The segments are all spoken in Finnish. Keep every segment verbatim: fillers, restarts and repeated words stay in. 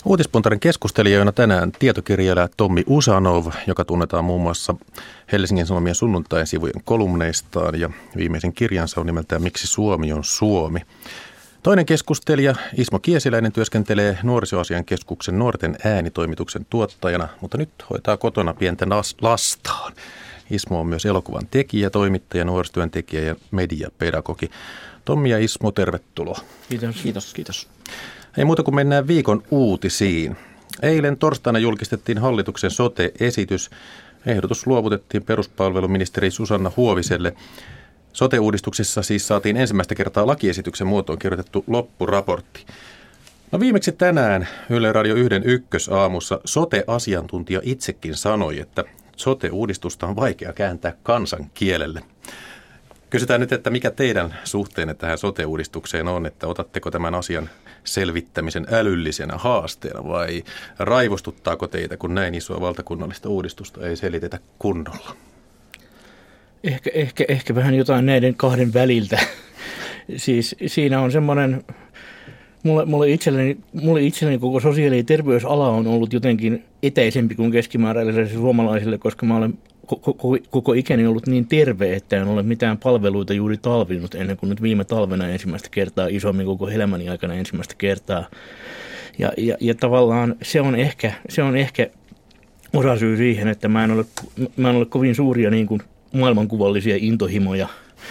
Uutispuntarin keskustelijoina tänään tietokirjailija Tommi Usanov, joka tunnetaan muun muassa Helsingin Sanomien sunnuntain sivujen kolumneistaan, ja viimeisen kirjansa on nimeltään Miksi Suomi on Suomi. Toinen keskustelija Ismo Kiesiläinen työskentelee Nuorisoasian keskuksen Nuorten äänitoimituksen tuottajana, mutta nyt hoitaa kotona pientä lastaan. Ismo on myös elokuvan tekijä, toimittaja, nuorisotyöntekijä ja mediapedagogi. Tommi ja Ismo, tervetuloa. Kiitos. Kiitos. Kiitos. Ei muuta kuin mennään viikon uutisiin. Eilen torstaina julkistettiin hallituksen sote-esitys. Ehdotus luovutettiin peruspalveluministeri Susanna Huoviselle. Sote-uudistuksessa siis saatiin ensimmäistä kertaa lakiesityksen muotoon kirjoitettu loppuraportti. No viimeksi tänään Yle Radio yhden ykkösaamussa sote-asiantuntija itsekin sanoi, että sote-uudistusta on vaikea kääntää kansan kielelle. Kysytään nyt, että mikä teidän suhteenne tähän sote-uudistukseen on, että otatteko tämän asian selvittämisen älyllisenä haasteena vai raivostuttaako teitä, kun näin isoa valtakunnallista uudistusta ei selitetä kunnolla? Ehkä, ehkä, ehkä vähän jotain näiden kahden väliltä. Siis siinä on semmoinen, mulle, mulle, itselleni, mulle itselleni koko sosiaali- ja terveysala on ollut jotenkin etäisempi kuin keskimääräisille suomalaisille, koska mä olen koko, koko ikäni ollut niin terve, että en ole mitään palveluita juuri talvinut ennen kuin nyt viime talvena ensimmäistä kertaa, isommin koko elämäni aikana ensimmäistä kertaa. Ja, ja, ja tavallaan se on ehkä, se on ehkä osasyy siihen, että mä en ole, mä en ole kovin suuria niin kuin maailmankuvallisia intohimoja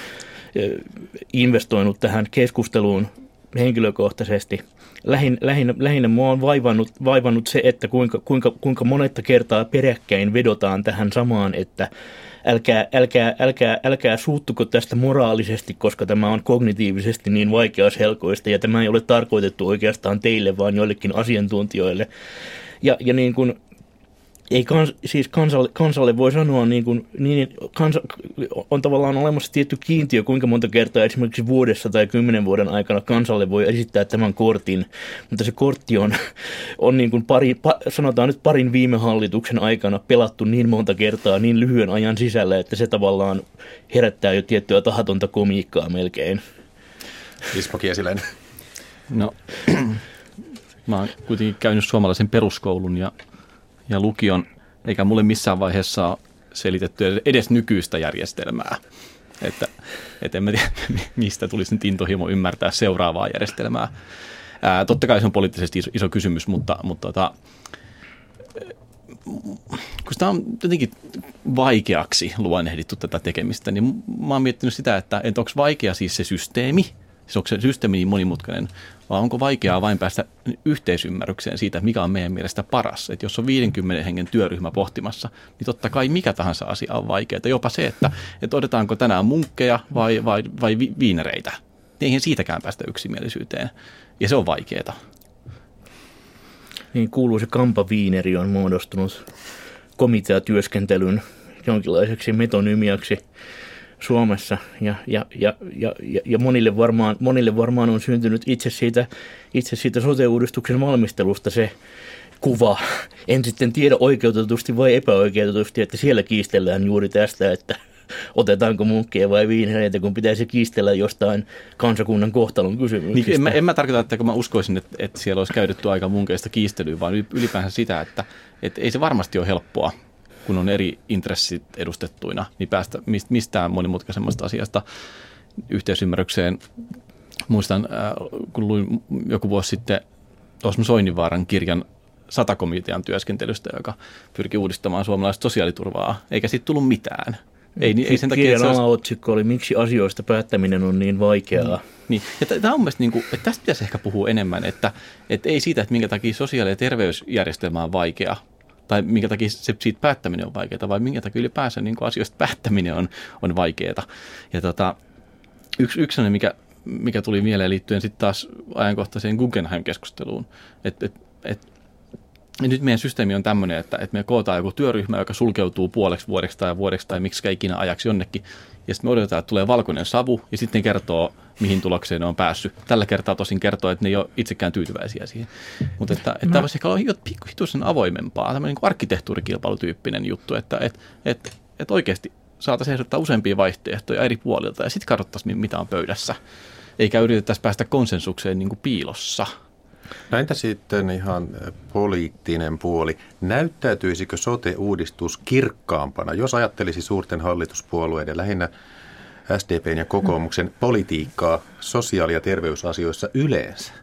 investoinut tähän keskusteluun henkilökohtaisesti. Lähin, lähinnä, lähinnä mua on vaivannut, vaivannut se, että kuinka, kuinka, kuinka monetta kertaa peräkkäin vedotaan tähän samaan, että älkää, älkää, älkää, älkää suuttuko tästä moraalisesti, koska tämä on kognitiivisesti niin vaikeaselkoista ja tämä ei ole tarkoitettu oikeastaan teille, vaan joillekin asiantuntijoille. Ja, ja niin kuin Ei kans, siis kansalle, kansalle voi sanoa, niin kuin, niin, kansa, on tavallaan olemassa tietty kiintiö, kuinka monta kertaa esimerkiksi vuodessa tai kymmenen vuoden aikana kansalle voi esittää tämän kortin, mutta se kortti on, on niin kuin pari, pa, sanotaan nyt parin viime hallituksen aikana pelattu niin monta kertaa niin lyhyen ajan sisällä, että se tavallaan herättää jo tiettyä tahatonta komiikkaa melkein. Ismo Kiesiläinen. No, mä oon kuitenkin käynyt suomalaisen peruskoulun ja ja lukion, eikä mulle missään vaiheessa ole selitetty edes nykyistä järjestelmää. Että, et en mä tiedä, mistä tulisi nyt intohimo ymmärtää seuraavaa järjestelmää. Ää, totta kai se on poliittisesti iso, iso kysymys, mutta, mutta tota, kun sitä on jotenkin vaikeaksi luonnehdittu tätä tekemistä, niin mä oon miettinyt sitä, että, että onko vaikea siis se systeemi, siis onko se systeemi niin monimutkainen, vai onko vaikeaa vain päästä yhteisymmärrykseen siitä, mikä on meidän mielestä paras. Että jos on viidenkymmenen hengen työryhmä pohtimassa, niin totta kai mikä tahansa asia on vaikeaa. Jopa se, että, että odotetaanko tänään munkkeja vai, vai, vai viinereitä. Eihän siitäkään päästä yksimielisyyteen. Ja se on vaikeaa. Niin kuuluisa kampaviineri on muodostunut komiteatyöskentelyn jonkinlaiseksi metonymiaksi Suomessa ja, ja, ja, ja, ja monille, varmaan, monille varmaan on syntynyt itse siitä, itse siitä sote-uudistuksen valmistelusta se kuva. En sitten tiedä oikeutetusti vai epäoikeutetusti, että siellä kiistellään juuri tästä, että otetaanko munkkeja vai viinereitä, kun pitäisi kiistellä jostain kansakunnan kohtalon kysymyksistä. Niin, en, mä, en mä tarkoita, että kun mä uskoisin, että, että siellä olisi käytetty aika munkeista kiistelyä, vaan ylipäänsä sitä, että, että ei se varmasti ole helppoa, kun on eri intressit edustettuina, niin päästä mistään monimutkaisemmasta asiasta yhteisymmärrykseen. Muistan, kun luin joku vuosi sitten Osmo Soininvaaran kirjan Sata-komitean työskentelystä, joka pyrki uudistamaan suomalaista sosiaaliturvaa, eikä siitä tullut mitään. Ei, ei sen takia, kirjan alaotsikko oli, miksi asioista päättäminen on niin vaikeaa. Mm. Niin. Ja tämä on mielestäni, niin kuin, että tästä pitäisi ehkä puhua enemmän, että, että ei siitä, että minkä takia sosiaali- ja terveysjärjestelmä on vaikea, tai minkä takia se, siitä päättäminen on vaikeaa, vai minkä takia ylipäänsä niin asioista päättäminen on, on vaikeaa. Ja tota, yksi, yksi sellainen, mikä, mikä tuli mieleen liittyen sitten taas ajankohtaiseen Guggenheim-keskusteluun, että et, et, nyt meidän systeemi on tämmöinen, että, että me kootaan joku työryhmä, joka sulkeutuu puoleksi vuodeksi tai vuodeksi tai miksi ikinä ajaksi jonnekin, ja sitten me odotetaan, että tulee valkoinen savu, ja sitten ne kertoo, mihin tulokseen ne on päässyt. Tällä kertaa tosin kertoo, että ne ei ole itsekään tyytyväisiä siihen. Mutta että, että tämä voisi ehkä olla pikkuhituisen avoimempaa, tämmöinen niin arkkitehtuurikilpailutyyppinen juttu, että et, et, et oikeasti saataisiin ehdottaa useampia vaihtoehtoja eri puolilta, ja sitten katsottaisiin, mitä on pöydässä. Eikä yritettäisi päästä konsensukseen niin kuin piilossa. No entä sitten ihan poliittinen puoli? Näyttäytyisikö sote-uudistus kirkkaampana, jos ajattelisi suurten hallituspuolueiden, lähinnä S D P:n ja kokoomuksen politiikkaa sosiaali- ja terveysasioissa yleensä?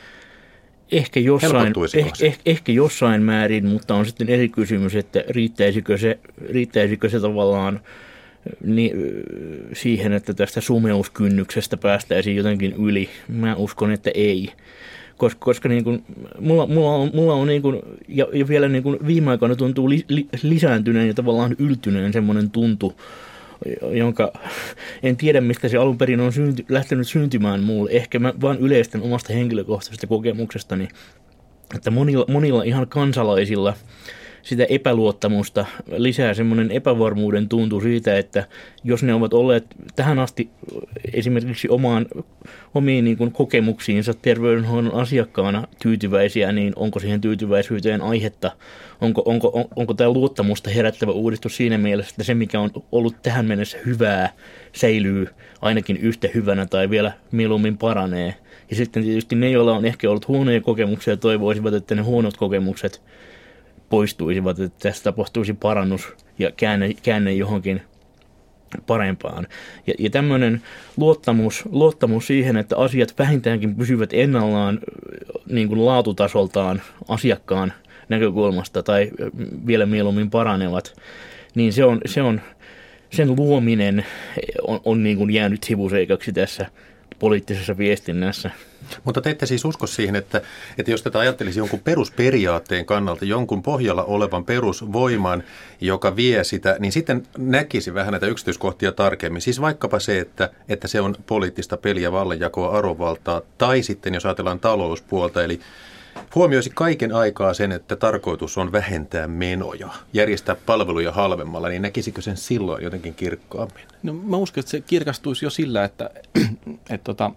Ehkä jossain, eh, eh, ehkä jossain määrin, mutta on sitten eri kysymys, että riittäisikö se, riittäisikö se tavallaan niin, siihen, että tästä sumeuskynnyksestä päästäisiin jotenkin yli. Mä uskon, että ei. Koska, koska niin kuin, mulla, mulla on, mulla on niin kuin, ja, ja vielä niin kuin viime aikoina tuntuu li, li, lisääntyneen ja tavallaan yltyneen semmoinen tuntu, jonka en tiedä, mistä se alun perin on synty, lähtenyt syntymään mulle. Ehkä mä vaan yleisten omasta henkilökohtaisesta kokemuksestani, että monilla, monilla ihan kansalaisilla sitä epäluottamusta lisää semmoinen epävarmuuden tuntu siitä, että jos ne ovat olleet tähän asti esimerkiksi omaan, omiin niin kuin kokemuksiinsa terveydenhoidon asiakkaana tyytyväisiä, niin onko siihen tyytyväisyyteen aihetta? Onko, onko, on, onko tämä luottamusta herättävä uudistus siinä mielessä, että se mikä on ollut tähän mennessä hyvää säilyy ainakin yhtä hyvänä tai vielä mieluummin paranee? Ja sitten tietysti ne, joilla on ehkä ollut huonoja kokemuksia, toivoisivat, että ne huonot kokemukset poistuisivat, että tässä tapahtuisi parannus ja käänne, käänne johonkin parempaan. Ja, ja tämmöinen luottamus, luottamus siihen, että asiat vähintäänkin pysyvät ennallaan niin kuin laatutasoltaan asiakkaan näkökulmasta tai vielä mieluummin paranevat, niin se on, se on, sen luominen on, on niin kuin jäänyt sivuseikaksi tässä poliittisessa viestinnässä. Mutta te ette siis usko siihen, että, että jos tätä ajattelisi jonkun perusperiaatteen kannalta, jonkun pohjalla olevan perusvoiman, joka vie sitä, niin sitten näkisi vähän näitä yksityiskohtia tarkemmin. Siis vaikkapa se, että, että se on poliittista peliä, vallanjakoa, arvovaltaa, tai sitten jos ajatellaan talouspuolta, eli huomioisi kaiken aikaa sen, että tarkoitus on vähentää menoja, järjestää palveluja halvemmalla, niin näkisikö sen silloin jotenkin kirkkaammin? No mä uskon, että se kirkastuisi jo sillä, että, että, että,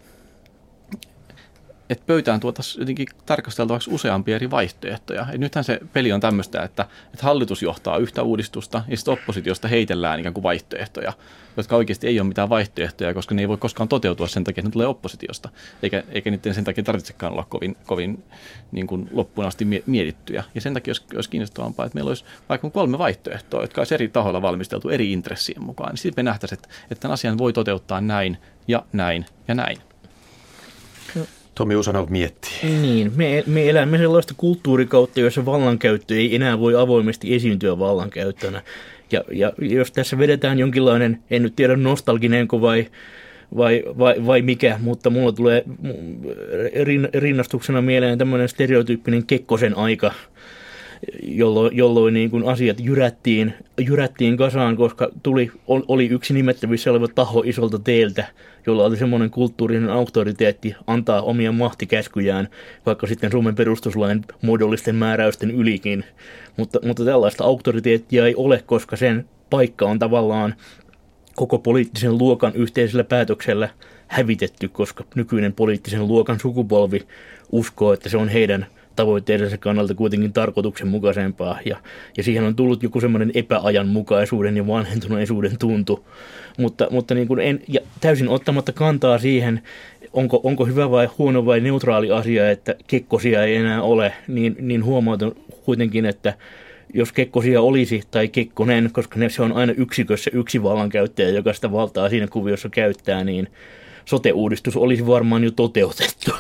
että pöytään tuotaisiin jotenkin tarkasteltavaksi useampia eri vaihtoehtoja. Et nythän se peli on tämmöistä, että, että hallitus johtaa yhtä uudistusta ja sitten oppositiosta heitellään ikään kuin vaihtoehtoja, jotka oikeasti ei ole mitään vaihtoehtoja, koska ne ei voi koskaan toteutua sen takia, että ne tulee oppositiosta, eikä, eikä niiden sen takia tarvitsekaan olla kovin, kovin niin kuin loppuun asti mietittyjä. Ja sen takia olisi, olisi kiinnostavampaa, että meillä olisi vaikka kolme vaihtoehtoa, jotka olisi eri tahoilla valmisteltu eri intressien mukaan. Niin sitten me nähtäisiin, että, että tämän asian voi toteuttaa näin ja näin ja näin. Tomi Usanov miettii. Niin, me, me elämme sellaista kulttuurikautta, jossa vallankäyttö ei enää voi avoimesti esiintyä vallankäyttönä. Ja, ja jos tässä vedetään jonkinlainen, en nyt tiedä nostalginenko vai, vai, vai, vai mikä, mutta mulla tulee rinnastuksena mieleen tämmöinen stereotyyppinen Kekkosen aika, jolloin, jolloin niin kuin asiat jyrättiin, jyrättiin kasaan, koska tuli, oli yksi nimettävissä oleva taho isolta teeltä, jolla oli semmoinen kulttuurinen auktoriteetti antaa omia mahtikäskyjään, vaikka sitten Suomen perustuslain muodollisten määräysten ylikin. Mutta, mutta tällaista auktoriteettia ei ole, koska sen paikka on tavallaan koko poliittisen luokan yhteisellä päätöksellä hävitetty, koska nykyinen poliittisen luokan sukupolvi uskoo, että se on heidän tavoitteidensa kannalta kuitenkin tarkoituksenmukaisempaa, ja, ja siihen on tullut joku semmoinen epäajanmukaisuuden ja vanhentuneisuuden tuntu, mutta, mutta niin kuin en, ja täysin ottamatta kantaa siihen, onko, onko hyvä vai huono vai neutraali asia, että Kekkosia ei enää ole, niin, niin huomautan kuitenkin, että jos Kekkosia olisi, tai Kekkonen, koska se on aina yksikössä yksi vallankäyttäjä, joka sitä valtaa siinä kuviossa käyttää, niin sote-uudistus olisi varmaan jo toteutettu.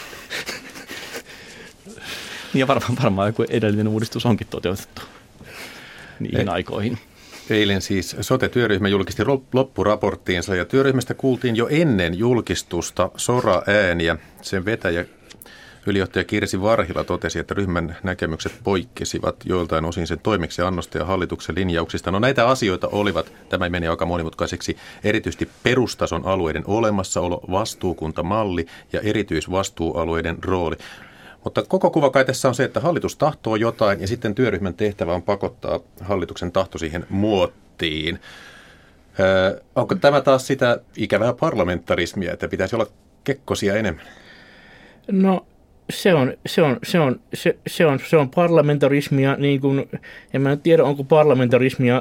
Ja varmaan, varmaan joku edellinen uudistus onkin toteutettu niihin Ei. aikoihin. Eilen siis sote-työryhmä julkisti loppuraporttiinsa ja työryhmästä kuultiin jo ennen julkistusta soraääniä. Sen vetäjä ylijohtaja Kirsi Varhila totesi, että ryhmän näkemykset poikkesivat joiltain osin sen toimeksiannosta ja hallituksen linjauksista. No näitä asioita olivat, tämä ei mene aika monimutkaiseksi, erityisesti perustason alueiden olemassaolo, vastuukuntamalli ja erityisvastuualueiden rooli. Mutta koko kuva kai tässä on se, että hallitus tahtoo jotain ja sitten työryhmän tehtävä on pakottaa hallituksen tahto siihen muottiin. Öö, onko tämä taas sitä ikävää parlamentarismia, että pitäisi olla Kekkosia enemmän? No se on, se on, se on, se, se on, se on parlamentarismia, niin kuin, en mä tiedä onko parlamentarismia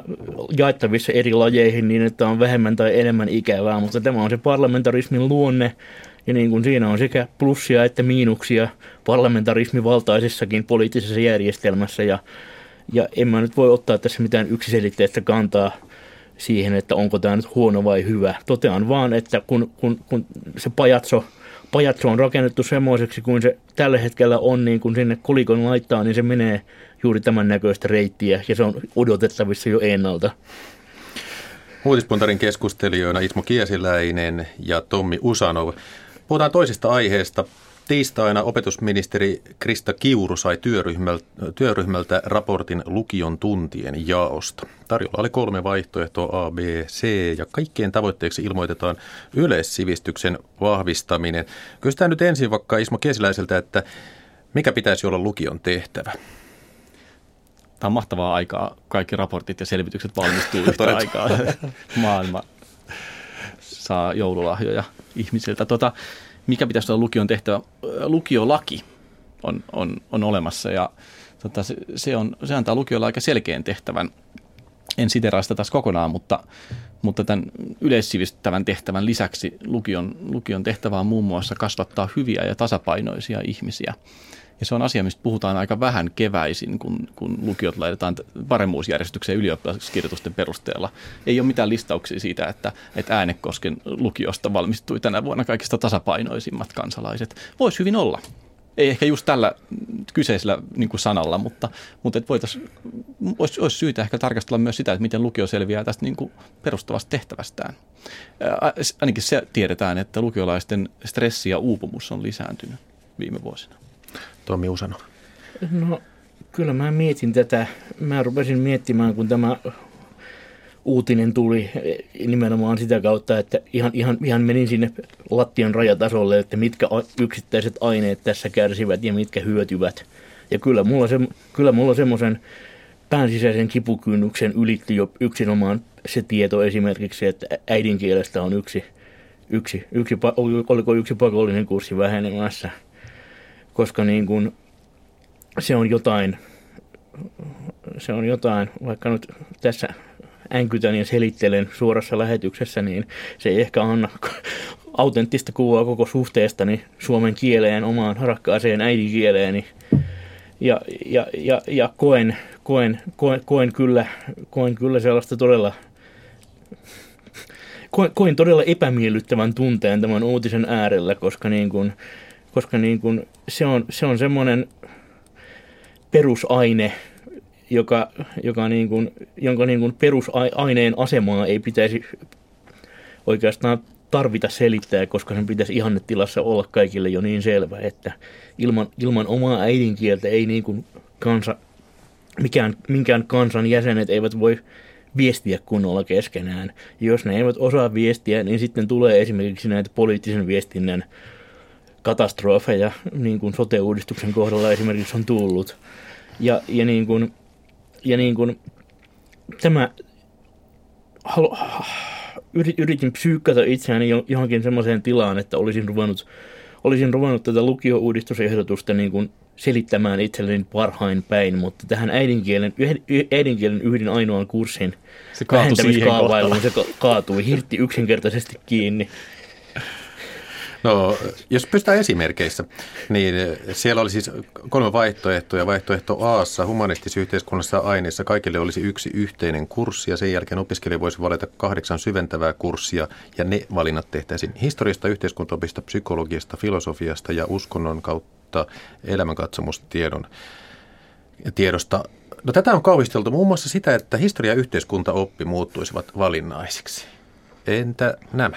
jaettavissa eri lajeihin niin, että on vähemmän tai enemmän ikävää, mutta tämä on se parlamentarismin luonne Ja niin kuin siinä on sekä plussia että miinuksia parlamentarismivaltaisessakin poliittisessa järjestelmässä. Ja, ja en mä nyt voi ottaa tässä mitään yksiselitteistä kantaa siihen, että onko tämä nyt huono vai hyvä. Totean vaan, että kun, kun, kun se pajatso, pajatso on rakennettu semmoiseksi kuin se tällä hetkellä on, niin kun sinne kolikon laittaa, niin se menee juuri tämän näköistä reittiä ja se on odotettavissa jo ennalta. Uutispuntarin keskustelijoina Ismo Kiesiläinen ja Tommi Usanov. Puhutaan toisesta aiheesta. Tiistaina opetusministeri Krista Kiuru sai työryhmältä, työryhmältä raportin lukion tuntien jaosta. Tarjolla oli kolme vaihtoehtoa A, B, C ja kaikkien tavoitteeksi ilmoitetaan yleissivistyksen vahvistaminen. Kysytään nyt ensin vaikka Ismo Kiesiläiseltä, että mikä pitäisi olla lukion tehtävä? Tämä on mahtavaa aikaa. Kaikki raportit ja selvitykset valmistuu yhtä aikaa. Maailma saa joululahjoja ihmisiltä. Tota, mikä pitäisi olla lukion tehtävä? Lukiolaki on, on, on olemassa ja tota, se, se, on, se antaa lukiolla aika selkeän tehtävän. En siteraa sitä taas kokonaan, mutta, mutta tämän yleissivistävän tehtävän lisäksi lukion, lukion tehtävä on muun muassa kasvattaa hyviä ja tasapainoisia ihmisiä. Ja se on asia, mistä puhutaan aika vähän keväisin, kun, kun lukiot laitetaan paremmuusjärjestykseen ylioppilaskirjoitusten perusteella. Ei ole mitään listauksia siitä, että, että Äänekosken lukiosta valmistui tänä vuonna kaikista tasapainoisimmat kansalaiset. Voisi hyvin olla. Ei ehkä just tällä kyseisellä niin kuin sanalla, mutta, mutta että voitaisiin, olisi, olisi syytä ehkä tarkastella myös sitä, että miten lukio selviää tästä niin kuin perustavasta tehtävästään. Ää, ainakin se tiedetään, että lukiolaisten stressi ja uupumus on lisääntynyt viime vuosina. Tommi Usanov. No kyllä mä mietin tätä. Mä rupesin miettimään, kun tämä uutinen tuli nimenomaan sitä kautta, että ihan, ihan, ihan menin sinne lattian rajatasolle, että mitkä yksittäiset aineet tässä kärsivät ja mitkä hyötyvät. Ja kyllä mulla, se, kyllä mulla semmoisen päänsisäisen kipukynnyksen ylitti jo yksinomaan se tieto esimerkiksi, että äidinkielestä on yksi, yksi, yksi, oliko yksi pakollinen kurssi vähenemässä. Koska niin kun se on jotain, se on jotain, vaikka nyt tässä änkytän ja selittelen suorassa lähetyksessä, niin se ei ehkä anna autenttista kuvaa koko suhteestani suomen kieleen, omaan rakkaaseen äidinkieleeni. Ja, ja, ja, ja koen, koen, koen, koen, kyllä, koen kyllä sellaista todella, koen, koen todella epämiellyttävän tunteen tämän uutisen äärellä, koska niin kun Koska niin kun se on, se on semmoinen perusaine, joka, joka niin kun, jonka niin kun perusaineen asemaa ei pitäisi oikeastaan tarvita selittää, koska sen pitäisi ihannetilassa olla kaikille jo niin selvä, että ilman, ilman omaa äidinkieltä ei niin kun kansa, mikään, minkään kansan jäsenet eivät voi viestiä kunnolla keskenään. Ja jos ne eivät osaa viestiä, niin sitten tulee esimerkiksi näitä poliittisen viestinnän katastrofeja, niin kuin sote-uudistuksen kohdalla esimerkiksi on tullut. Ja, ja, niin kuin, ja niin kuin tämä, halu, yritin psyykkata itseäni johonkin semmoiseen tilaan, että olisin ruvennut, olisin ruvennut tätä lukio-uudistusehdotusta niin kuin selittämään itselleni parhain päin, mutta tähän äidinkielen, äidinkielen yhden ainoan kurssin vähentämiskaavailuun se kaatui hirtti yksinkertaisesti kiinni. No, jos pystytään esimerkkeissä, niin siellä oli siis kolme vaihtoehtoa. Vaihtoehto A:ssa humanistisessa yhteiskunnallisessa aineessa kaikille olisi yksi yhteinen kurssi ja sen jälkeen opiskelija voisi valita kahdeksan syventävää kurssia ja ne valinnat tehtäisiin historiasta, yhteiskuntaopista, psykologiasta, filosofiasta ja uskonnon kautta elämänkatsomustiedon tiedosta. No, tätä on kauhisteltu muun muassa sitä, että historia ja yhteiskuntaoppi muuttuisivat valinnaisiksi. Entä nämä?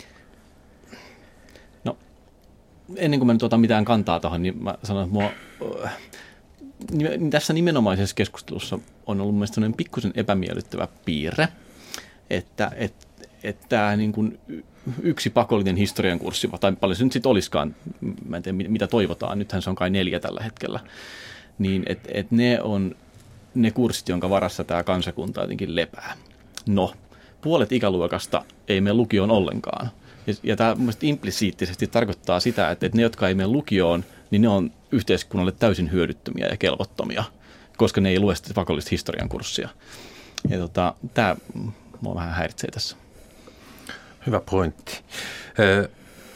Ennen kuin mä nyt otan mitään kantaa tuohon, niin mä sanon, että mua, niin tässä nimenomaisessa keskustelussa on ollut mielestäni sellainen pikkusen epämiellyttävä piirre, että et, et tämä niin kuin yksi pakollinen historian kurssi, tai paljon se nyt sitten olisikaan, mä en tiedä mitä toivotaan, nythän se on kai neljä tällä hetkellä, niin että et ne on ne kurssit, jonka varassa tämä kansakunta jotenkin lepää. No, puolet ikäluokasta ei mene lukioon ollenkaan. Ja, ja tämä mielestäni implisiittisesti tarkoittaa sitä, että, että ne, jotka ei mene lukioon, niin ne on yhteiskunnalle täysin hyödyttömiä ja kelvottomia, koska ne ei lue sitä pakollista historian kurssia. Ja tota, tämä mua vähän häiritsee tässä. Hyvä pointti.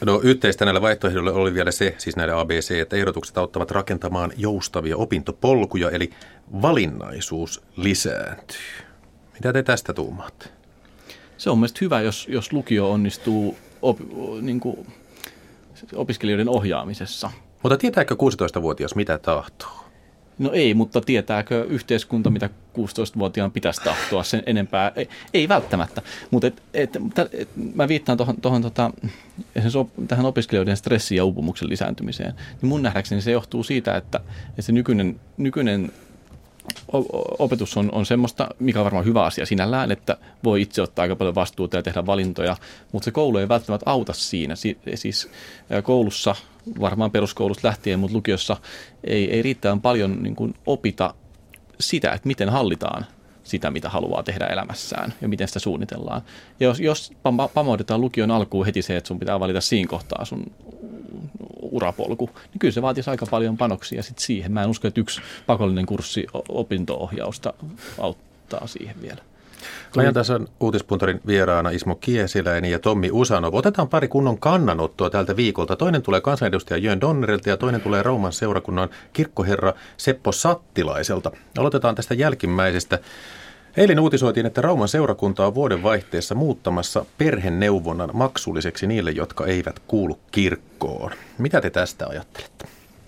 No yhteistä näillä vaihtoehdoilla oli vielä se, siis näille A B C, että ehdotukset auttavat rakentamaan joustavia opintopolkuja, eli valinnaisuus lisääntyy. Mitä te tästä tuumaatte? Se on mielestäni hyvä, jos, jos lukio onnistuu op, niin kuin opiskelijoiden ohjaamisessa. Mutta tietääkö kuusitoistavuotias mitä tahtoo? No ei, mutta tietääkö yhteiskunta, mitä kuusitoistavuotiaan pitäisi tahtoa sen enempää? Ei, ei välttämättä, mutta et, et, et, mä viittaan tohon, tohon, tota, tähän opiskelijoiden stressin ja uupumuksen lisääntymiseen. Niin mun nähdäkseni se johtuu siitä, että, että se nykyinen, nykyinen opetus on, on semmoista, mikä on varmaan hyvä asia sinällään, että voi itse ottaa aika paljon vastuuta ja tehdä valintoja, mutta se koulu ei välttämättä auta siinä. Si- siis koulussa, varmaan peruskoulusta lähtien, mutta lukiossa ei, ei riittävän paljon niin kuin opita sitä, että miten hallitaan sitä, mitä haluaa tehdä elämässään ja miten sitä suunnitellaan. Ja jos, jos pamautetaan lukion alkuun heti se, että sun pitää valita siinä kohtaa sun urapolku, niin kyllä se vaatisi aika paljon panoksia sit siihen. Mä en usko, että yksi pakollinen kurssi opinto-ohjausta auttaa siihen vielä. Ajantasan uutispuntarin vieraana Ismo Kiesiläinen ja Tommi Usanov. Otetaan pari kunnon kannanottoa tältä viikolta. Toinen tulee kansanedustaja Jön Donnerilta ja toinen tulee Rauman seurakunnan kirkkoherra Seppo Sattilaiselta. Aloitetaan tästä jälkimmäisestä. Eilen uutisoitiin, että Rauman seurakunta on vuoden vaihteessa muuttamassa perheneuvonnan maksulliseksi niille, jotka eivät kuulu kirkkoon. Mitä te tästä ajattelette?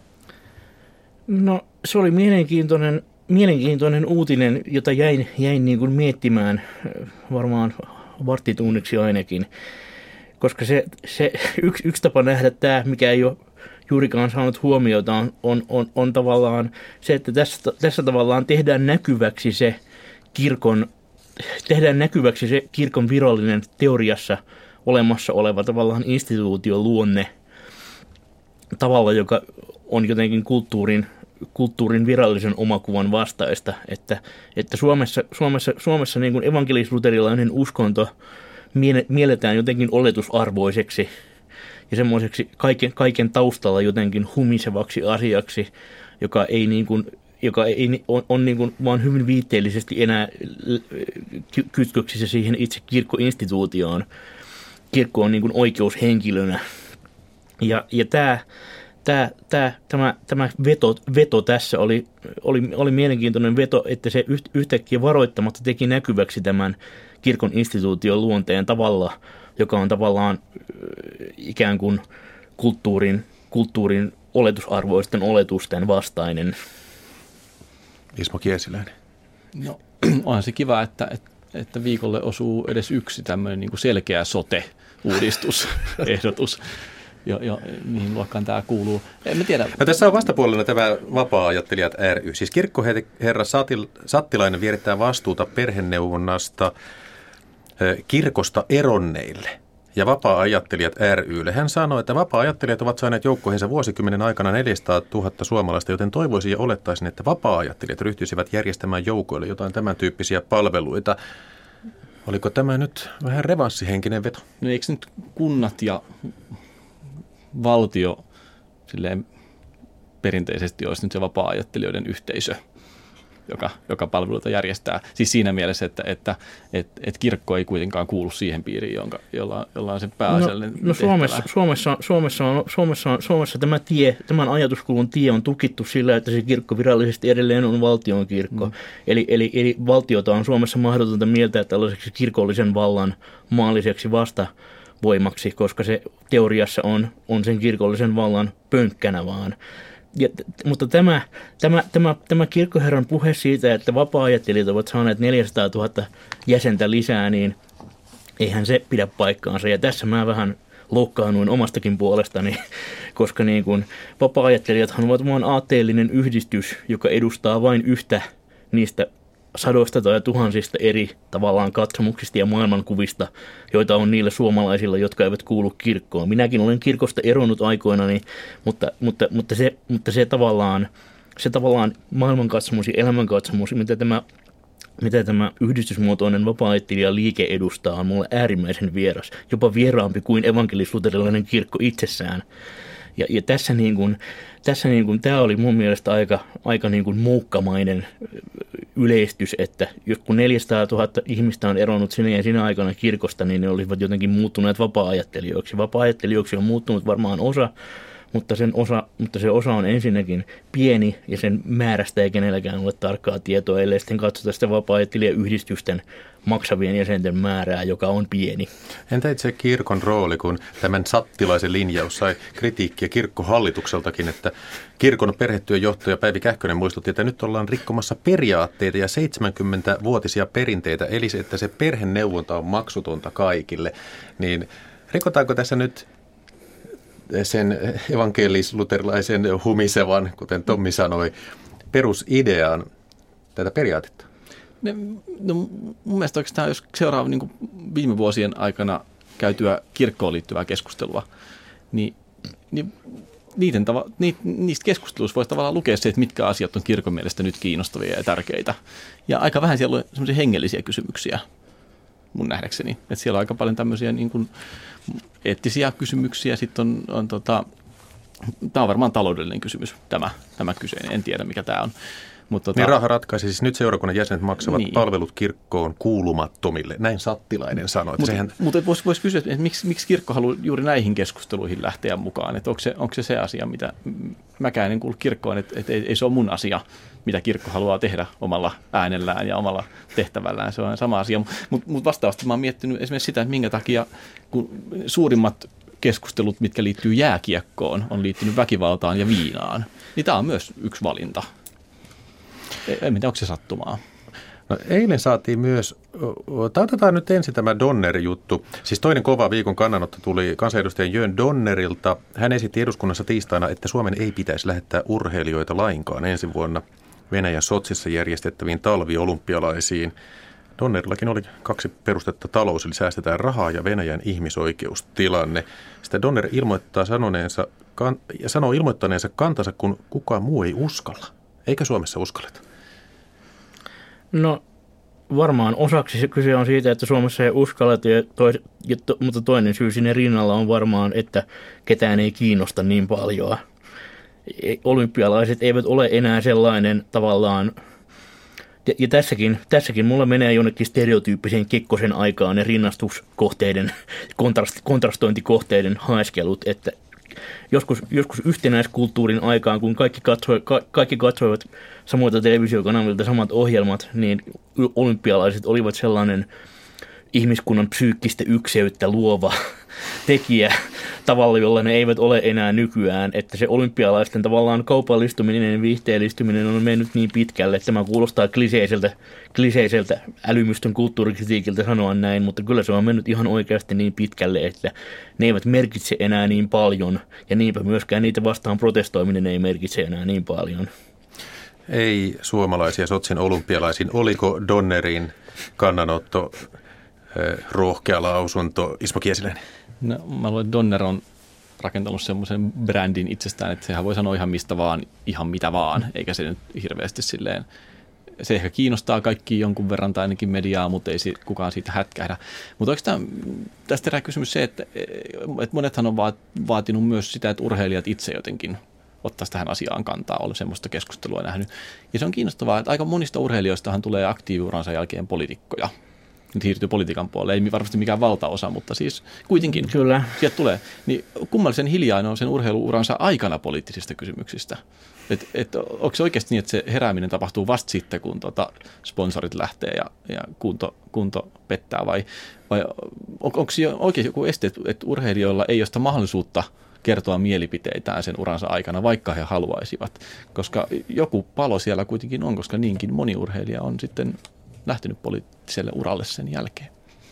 No se oli mielenkiintoinen, mielenkiintoinen uutinen, jota jäin, jäin niin kuin miettimään varmaan varttitunniksi ainakin. Koska se, se yksi, yksi tapa nähdä tämä, mikä ei ole juurikaan saanut huomiota, on, on, on, on tavallaan se, että tässä, tässä tavallaan tehdään näkyväksi se kirkon, tehdään näkyväksi se kirkon virallinen teoriassa olemassa oleva tavallaan instituution luonne tavalla, joka on jotenkin kulttuurin, kulttuurin virallisen omakuvan vastaista, että, että Suomessa, Suomessa, Suomessa niin kuin evankelis-luterilainen uskonto mielletään jotenkin oletusarvoiseksi ja semmoiseksi kaiken, kaiken taustalla jotenkin humisevaksi asiaksi, joka ei niin kuin joka ei, on, on niin kuin vaan hyvin viitteellisesti enää kytköksissä siihen itse kirkkoinstituutioon. Kirkko on niin kuin oikeushenkilönä. Ja, ja tämä, tämä, tämä, tämä, tämä veto, veto tässä oli, oli, oli mielenkiintoinen veto, että se yhtäkkiä varoittamatta teki näkyväksi tämän kirkon instituution luonteen tavalla, joka on tavallaan ikään kuin kulttuurin, kulttuurin oletusarvoisten oletusten vastainen. Ismo Kiesiläinen. No onhan se kiva, että, että, että viikolle osuu edes yksi tämmöinen niin kuin selkeä sote-uudistusehdotus, jo, jo, mihin luokkaan tämä kuuluu. En mä tiedä. No, tässä on vastapuolella tämä Vapaa-ajattelijat ry. Siis kirkkoherra Sattilainen vierittää vastuuta perheneuvonnasta kirkosta eronneille ja Vapaa-ajattelijat ry:lle. Hän sanoi, että vapaa-ajattelijat ovat saaneet joukkoihinsa vuosikymmenen aikana neljäsataatuhatta suomalaista, joten toivoisin ja olettaisin, että vapaa-ajattelijat ryhtyisivät järjestämään joukoille jotain tämän tyyppisiä palveluita. Oliko tämä nyt vähän revanssihenkinen veto? No eikö nyt kunnat ja valtio silleen perinteisesti olisi nyt se vapaa-ajattelijoiden yhteisö, joka, joka palveluita järjestää. Siis siinä mielessä, että, että, että, että kirkko ei kuitenkaan kuulu siihen piiriin, jonka, jolla, jolla on se pääasiallinen no, no Suomessa, Suomessa, Suomessa, on, Suomessa, on, Suomessa tämä tie, tämän ajatuskulun tie on tukittu sillä, että se kirkko virallisesti edelleen on valtion kirkko. Mm. Eli, eli, eli valtiota on Suomessa mahdotonta mieltää tällaiseksi kirkollisen vallan maalliseksi vastavoimaksi, koska se teoriassa on, on sen kirkollisen vallan pönkkänä vaan. Ja, mutta tämä, tämä, tämä, tämä kirkkoherran puhe siitä, että vapaa-ajattelijat ovat saaneet neljäsataatuhatta jäsentä lisää, niin eihän se pidä paikkaansa. Ja tässä mä vähän loukkaannuin omastakin puolestani, koska niin kuin vapaa-ajattelijathan ovat vain aatteellinen yhdistys, joka edustaa vain yhtä niistä sadoista tai tuhansista eri tavallaan katsomuksista ja maailmankuvista, joita on niillä suomalaisilla, jotka eivät kuulu kirkkoon. Minäkin olen kirkosta eronnut aikoinani, mutta, mutta, mutta, se, mutta se, tavallaan, se tavallaan maailmankatsomus ja elämänkatsomus, mitä tämä, mitä tämä yhdistysmuotoinen vapaa-ajattelija liike edustaa, on mulle äärimmäisen vieras, jopa vieraampi kuin evankelis-luterilainen kirkko itsessään. Ja, ja tässä, niin kuin, tässä niin kuin, tämä oli mun mielestä aika, aika niin kuin moukkamainen yleistys, että jos kun neljäsataatuhatta ihmistä on eronnut sinä ja sinä aikana kirkosta, niin ne olisivat jotenkin muuttuneet vapaa-ajattelijoiksi. Vapaa-ajattelijoiksi on muuttunut varmaan osa, mutta, sen osa, mutta se osa on ensinnäkin pieni ja sen määrästä ei kenelläkään ole tarkkaa tietoa, ellei sitten katsota sitä vapaa-ajattelijayhdistysten maksavien jäsenten määrää, joka on pieni. Entä itse kirkon rooli, kun tämän sattilaisen linjaus sai kritiikkiä kirkkohallitukseltakin, että kirkon perhetyöjohtaja Päivi Kähkönen muistutti, että nyt ollaan rikkomassa periaatteita ja seitsemänkymmentävuotisia perinteitä, eli se, että se perheneuvonta on maksutonta kaikille, niin rikotaanko tässä nyt sen evankelis-luterilaisen humisevan, kuten Tommi sanoi, perusideaan tätä periaatetta? No, mun mielestä oikeastaan, jos seuraa niin kuin viime vuosien aikana käytyä kirkkoon liittyvää keskustelua, niin, niin niiden tava, niistä keskusteluista voisi tavallaan lukea se, että mitkä asiat on kirkon mielestä nyt kiinnostavia ja tärkeitä. Ja aika vähän siellä on semmoisia hengellisiä kysymyksiä mun nähdäkseni. Että siellä on aika paljon tämmöisiä niin kuin eettisiä kysymyksiä. Sitten on, on tota, tämä on varmaan taloudellinen kysymys, tämä, tämä kyseinen. En tiedä, mikä tämä on. Mutta tota, niin raha ratkaisi. Siis nyt seurakunnan jäsenet maksavat niin. palvelut kirkkoon kuulumattomille. Näin Sattilainen sanoi. Mutta sehän... mut voisi vois kysyä, että miksi, miksi kirkko haluaa juuri näihin keskusteluihin lähteä mukaan? Että onko, se, onko se se asia, mitä mäkään en kuulu kirkkoon, että, että ei, ei se ole mun asia, mitä kirkko haluaa tehdä omalla äänellään ja omalla tehtävällään. Se on sama asia. Mutta mut vastaavasti mä oon miettinyt esimerkiksi sitä, että minkä takia kun suurimmat keskustelut, mitkä liittyy jääkiekkoon, on liittynyt väkivaltaan ja viinaan, niin tämä on myös yksi valinta. Ei mitään, onko se sattumaa? No, eilen saatiin myös, otetaan nyt ensin tämä Donner-juttu. Siis toinen kova viikon kannanotto tuli kansanedustajan Jön Donnerilta. Hän esitti eduskunnassa tiistaina, että Suomen ei pitäisi lähettää urheilijoita lainkaan ensi vuonna Venäjän Sotsissa järjestettäviin talviolympialaisiin. Donnerillakin oli kaksi perustetta: talous, eli säästetään rahaa, ja Venäjän ihmisoikeustilanne. Sitä Donner ilmoittaa sanoneensa, kan, ja sanoo ilmoittaneensa kantansa, kun kukaan muu ei uskalla. Eikä Suomessa uskalleta? No varmaan osaksi kyse on siitä, että Suomessa ei uskalleta, ja tois, ja to, mutta toinen syy sinne rinnalla on varmaan, että ketään ei kiinnosta niin paljon. Olympialaiset eivät ole enää sellainen tavallaan, ja, ja tässäkin, tässäkin mulla menee jonnekin stereotyyppiseen Kekkosen aikaan ne rinnastuskohteiden, kontrast, kontrastointikohteiden haeskelut, että Joskus, joskus yhtenäiskulttuurin aikaan, kun kaikki, katsoi, ka, kaikki katsoivat samoilta televisiokanavilta samat ohjelmat, niin olympialaiset olivat sellainen ihmiskunnan psyykkistä ykseyttä luova tekijä tavalla, jolla ne eivät ole enää nykyään. Että se olympialaisten tavallaan kaupallistuminen ja viihteellistyminen on mennyt niin pitkälle, että tämä kuulostaa kliseiseltä, kliseiseltä älymystön kulttuurikritiikiltä sanoa näin, mutta kyllä se on mennyt ihan oikeasti niin pitkälle, että ne eivät merkitse enää niin paljon, ja niinpä myöskään niitä vastaan protestoiminen ei merkitse enää niin paljon. Ei suomalaisia Sotsin olympialaisiin. Oliko Donnerin kannanotto rohkea lausunto? Ismo Kiesiläinen. No, mä luulen, että Donner on rakentanut semmoisen brändin itsestään, että sehän voi sanoa ihan mistä vaan, ihan mitä vaan, eikä se nyt hirveästi silleen. Se ehkä kiinnostaa kaikki jonkun verran tai ainakin mediaa, mutta ei kukaan siitä hätkähdä. Mutta oikeastaan tästä herää kysymys se, että, että monethan on vaatinut myös sitä, että urheilijat itse jotenkin ottaisi tähän asiaan kantaa, ollut semmoista keskustelua nähnyt. Ja se on kiinnostavaa, että aika monista urheilijoistahan tulee aktiiviuransa jälkeen poliitikkoja. Nyt siirtyy politiikan puolelle. Ei varmasti mikään valtaosa, mutta siis kuitenkin Kyllä. sieltä tulee. Niin kummallisen hiljainen on sen urheiluuransa aikana poliittisista kysymyksistä. Et, et, onko se oikeasti niin, että se herääminen tapahtuu vasta sitten, kun tota sponsorit lähtee ja, ja kunto, kunto pettää? Vai, vai on, onko oikeasti joku este, että urheilijoilla ei ole sitä mahdollisuutta kertoa mielipiteitään sen uransa aikana, vaikka he haluaisivat? Koska joku palo siellä kuitenkin on, koska niinkin moni urheilija on sitten lähtenyt poliittiselle uralle sen jälkeen.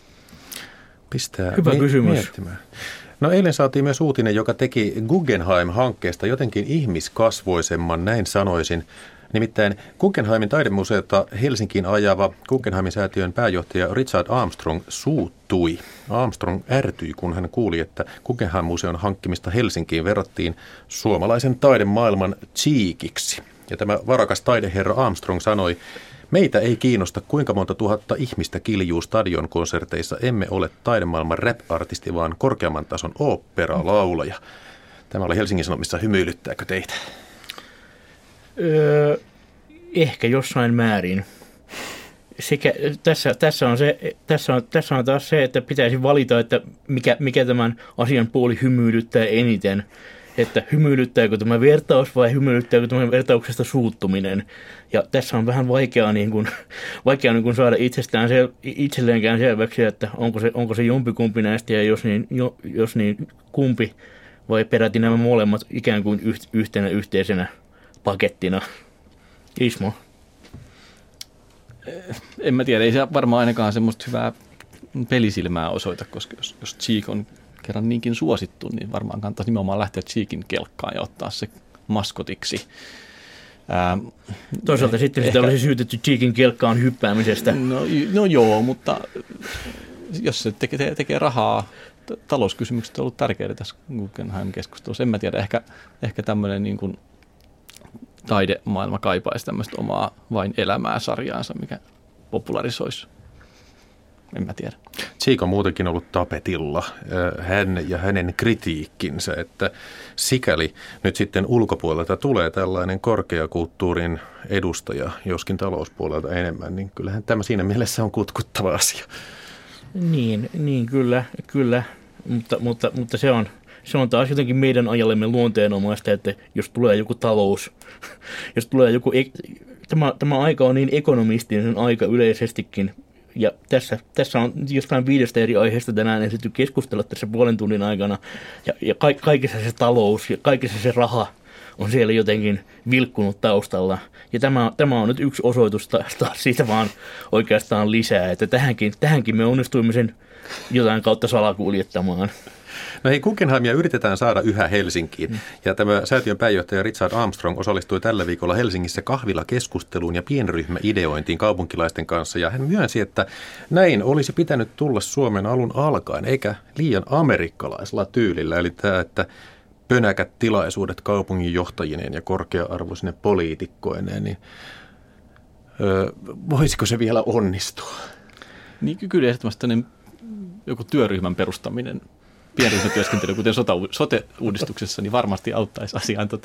Pistää Hyvä mi- kysymys. Miettimään. No eilen saatiin myös uutinen, joka teki Guggenheim-hankkeesta jotenkin ihmiskasvoisemman, näin sanoisin. Nimittäin Guggenheimin taidemuseota Helsinkiin ajava Guggenheimin säätiön pääjohtaja Richard Armstrong suuttui. Armstrong ärtyi, kun hän kuuli, että Guggenheim-museon hankkimista Helsinkiin verrattiin suomalaisen taidemaailman Cheekiksi. Ja tämä varakas taideherra Armstrong sanoi: "Meitä ei kiinnosta, kuinka monta tuhatta ihmistä kiljuu stadionkonserteissa. Emme ole taidemaailman rap-artisti, vaan korkeamman tason oopperalaulaja." Tämä oli Helsingin Sanomissa. Hymyilyttääkö teitä? Öö, ehkä jossain määrin. Sekä, tässä, tässä, on se, tässä, on, tässä on taas se, että pitäisi valita, että mikä, mikä tämän asian puoli hymyilyttää eniten. Että hymyilyttääkö tämä vertaus vai hymyilyttääkö tämä vertauksesta suuttuminen. Ja tässä on vähän vaikeaa, niin kuin, vaikeaa niin kuin saada itsestään sel, itselleenkään selväksi, että onko se, onko se jompikumpi näistä ja jos niin, jo, jos niin kumpi vai peräti nämä molemmat ikään kuin yhtenä yhteisenä pakettina. Ismo. En mä tiedä, ei se varmaan ainakaan semmoista hyvää pelisilmää osoita, koska jos, jos Cheek on kerran niinkin suosittu, niin varmaan kannattaisi nimenomaan lähteä Cheekin kelkkaan ja ottaa se maskotiksi. Ää, Toisaalta eh, sitten sitä ehkä olisi syytetty Cheekin kelkkaan hyppäämisestä. No, no joo, mutta jos se tekee, tekee rahaa, t- talouskysymykset on ollut tärkeitä tässä Guggenheim-keskustelussa. En mä tiedä, ehkä, ehkä tämmöinen niin kuin taidemaailma kaipaisi tämmöistä omaa vain elämää sarjaansa, mikä popularisoisi. En mä tiedä. Cheek on muutenkin ollut tapetilla, hän ja hänen kritiikkinsä, että sikäli nyt sitten ulkopuolelta tulee tällainen korkeakulttuurin edustaja, joskin talouspuolelta enemmän, niin kyllähän tämä siinä mielessä on kutkuttava asia. Niin, niin kyllä, kyllä, mutta, mutta, mutta se on... Se on taas jotenkin meidän ajallemme luonteenomaista, että jos tulee joku talous, jos tulee joku, tämä, tämä aika on niin ekonomistinen aika yleisestikin, ja tässä, tässä on jostain viidestä eri aiheesta tänään esitetty keskustella tässä puolen tunnin aikana, ja, ja ka, kaikessa se talous ja kaikessa se raha on siellä jotenkin vilkkunut taustalla, ja tämä, tämä on nyt yksi osoitus taas siitä vaan oikeastaan lisää, että tähänkin, tähänkin me onnistuimme sen jotain kautta salakuljettamaan. No hei, Guggenheimia yritetään saada yhä Helsinkiin. Mm. Ja tämä säätiön pääjohtaja Richard Armstrong osallistui tällä viikolla Helsingissä kahvilakeskusteluun ja pienryhmäideointiin kaupunkilaisten kanssa. Ja hän myönsi, että näin olisi pitänyt tulla Suomen alun alkaen, eikä liian amerikkalaisella tyylillä. Eli tämä, että pönäkät tilaisuudet kaupunginjohtajineen ja korkea-arvoisine poliitikkoineen, niin öö, voisiko se vielä onnistua? Niin kyllä ehdottomasti joku työryhmän perustaminen, pienryhmätyöskentely, kuten sote-uudistuksessa, niin varmasti auttaisi asiaan. Tota,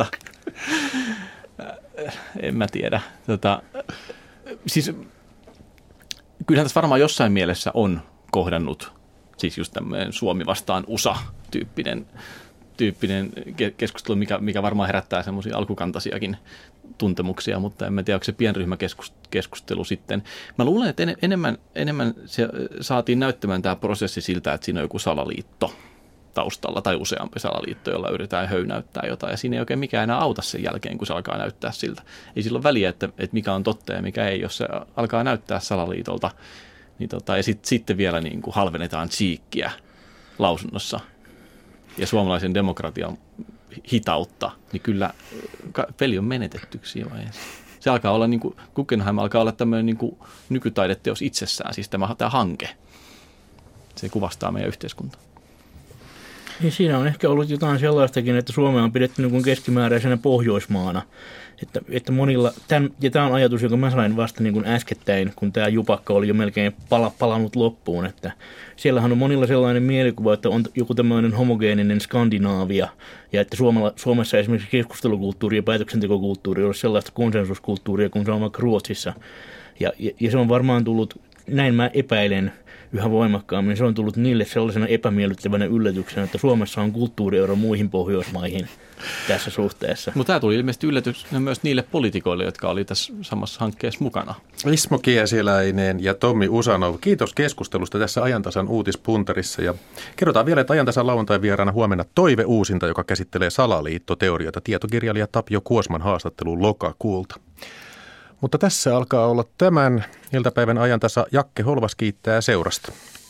en mä tiedä. Tota, siis, kyllähän tässä varmaan jossain mielessä on kohdannut siis just tämmöinen Suomi vastaan U S A-tyyppinen tyyppinen keskustelu, mikä, mikä varmaan herättää semmoisia alkukantaisiakin tuntemuksia, mutta en mä tiedä, onko se pienryhmäkeskustelu sitten. Mä luulen, että enemmän, enemmän se saatiin näyttämään tämä prosessi siltä, että siinä on joku salaliitto taustalla tai useampi salaliitto, jolla yritetään höynäyttää jotain, ja siinä ei oikein mikään enää auta sen jälkeen, kun se alkaa näyttää siltä. Ei sillä ole väliä, että, että mikä on totta ja mikä ei, jos se alkaa näyttää salaliitolta, niin tota, ja sit, sitten vielä niin kuin halvennetaan Cheekkiä lausunnossa ja suomalaisen demokratian hitautta, niin kyllä peli on menetetty siinä vaiheessa. Se alkaa olla, niin kuin, Guggenheim alkaa olla tämmöinen niin kuin nykytaideteos itsessään, siis tämä, tämä hanke. Se kuvastaa meidän yhteiskuntaa. Ja siinä on ehkä ollut jotain sellaistakin, että Suomea on pidetty niin kuin keskimääräisenä Pohjoismaana. Että, että monilla, tämän, ja tämä on ajatus, joka mä sain vasta niin kuin äskettäin, kun tämä jupakka oli jo melkein pala, palannut loppuun. Että siellähän on monilla sellainen mielikuva, että on joku tämmöinen homogeeninen Skandinaavia, ja että Suomella, Suomessa esimerkiksi keskustelukulttuuri ja päätöksentekokulttuuri olisi sellaista konsensuskulttuuria kuin se on vaikka Ruotsissa. Ja, ja, ja se on varmaan tullut, näin mä epäilen, yhä voimakkaammin, se on tullut niille sellaisena epämiellyttävänä yllätyksenä, että Suomessa on kulttuuriero muihin Pohjoismaihin tässä suhteessa. Mutta tämä tuli ilmeisesti yllätyksenä myös niille poliitikoille, jotka oli tässä samassa hankkeessa mukana. Ismo Kiesiläinen ja Tommi Usanov, kiitos keskustelusta tässä Ajantasan uutispuntarissa. Ja kerrotaan vielä, että Ajantasan lauantai vieraana huomenna Toive Uusinta, joka käsittelee salaliittoteorioita, tietokirjailija Tapio Kuosman haastatteluun lokakuulta. Mutta tässä alkaa olla tämän iltapäivän Ajantasa. Jakke Holvas kiittää seurasta.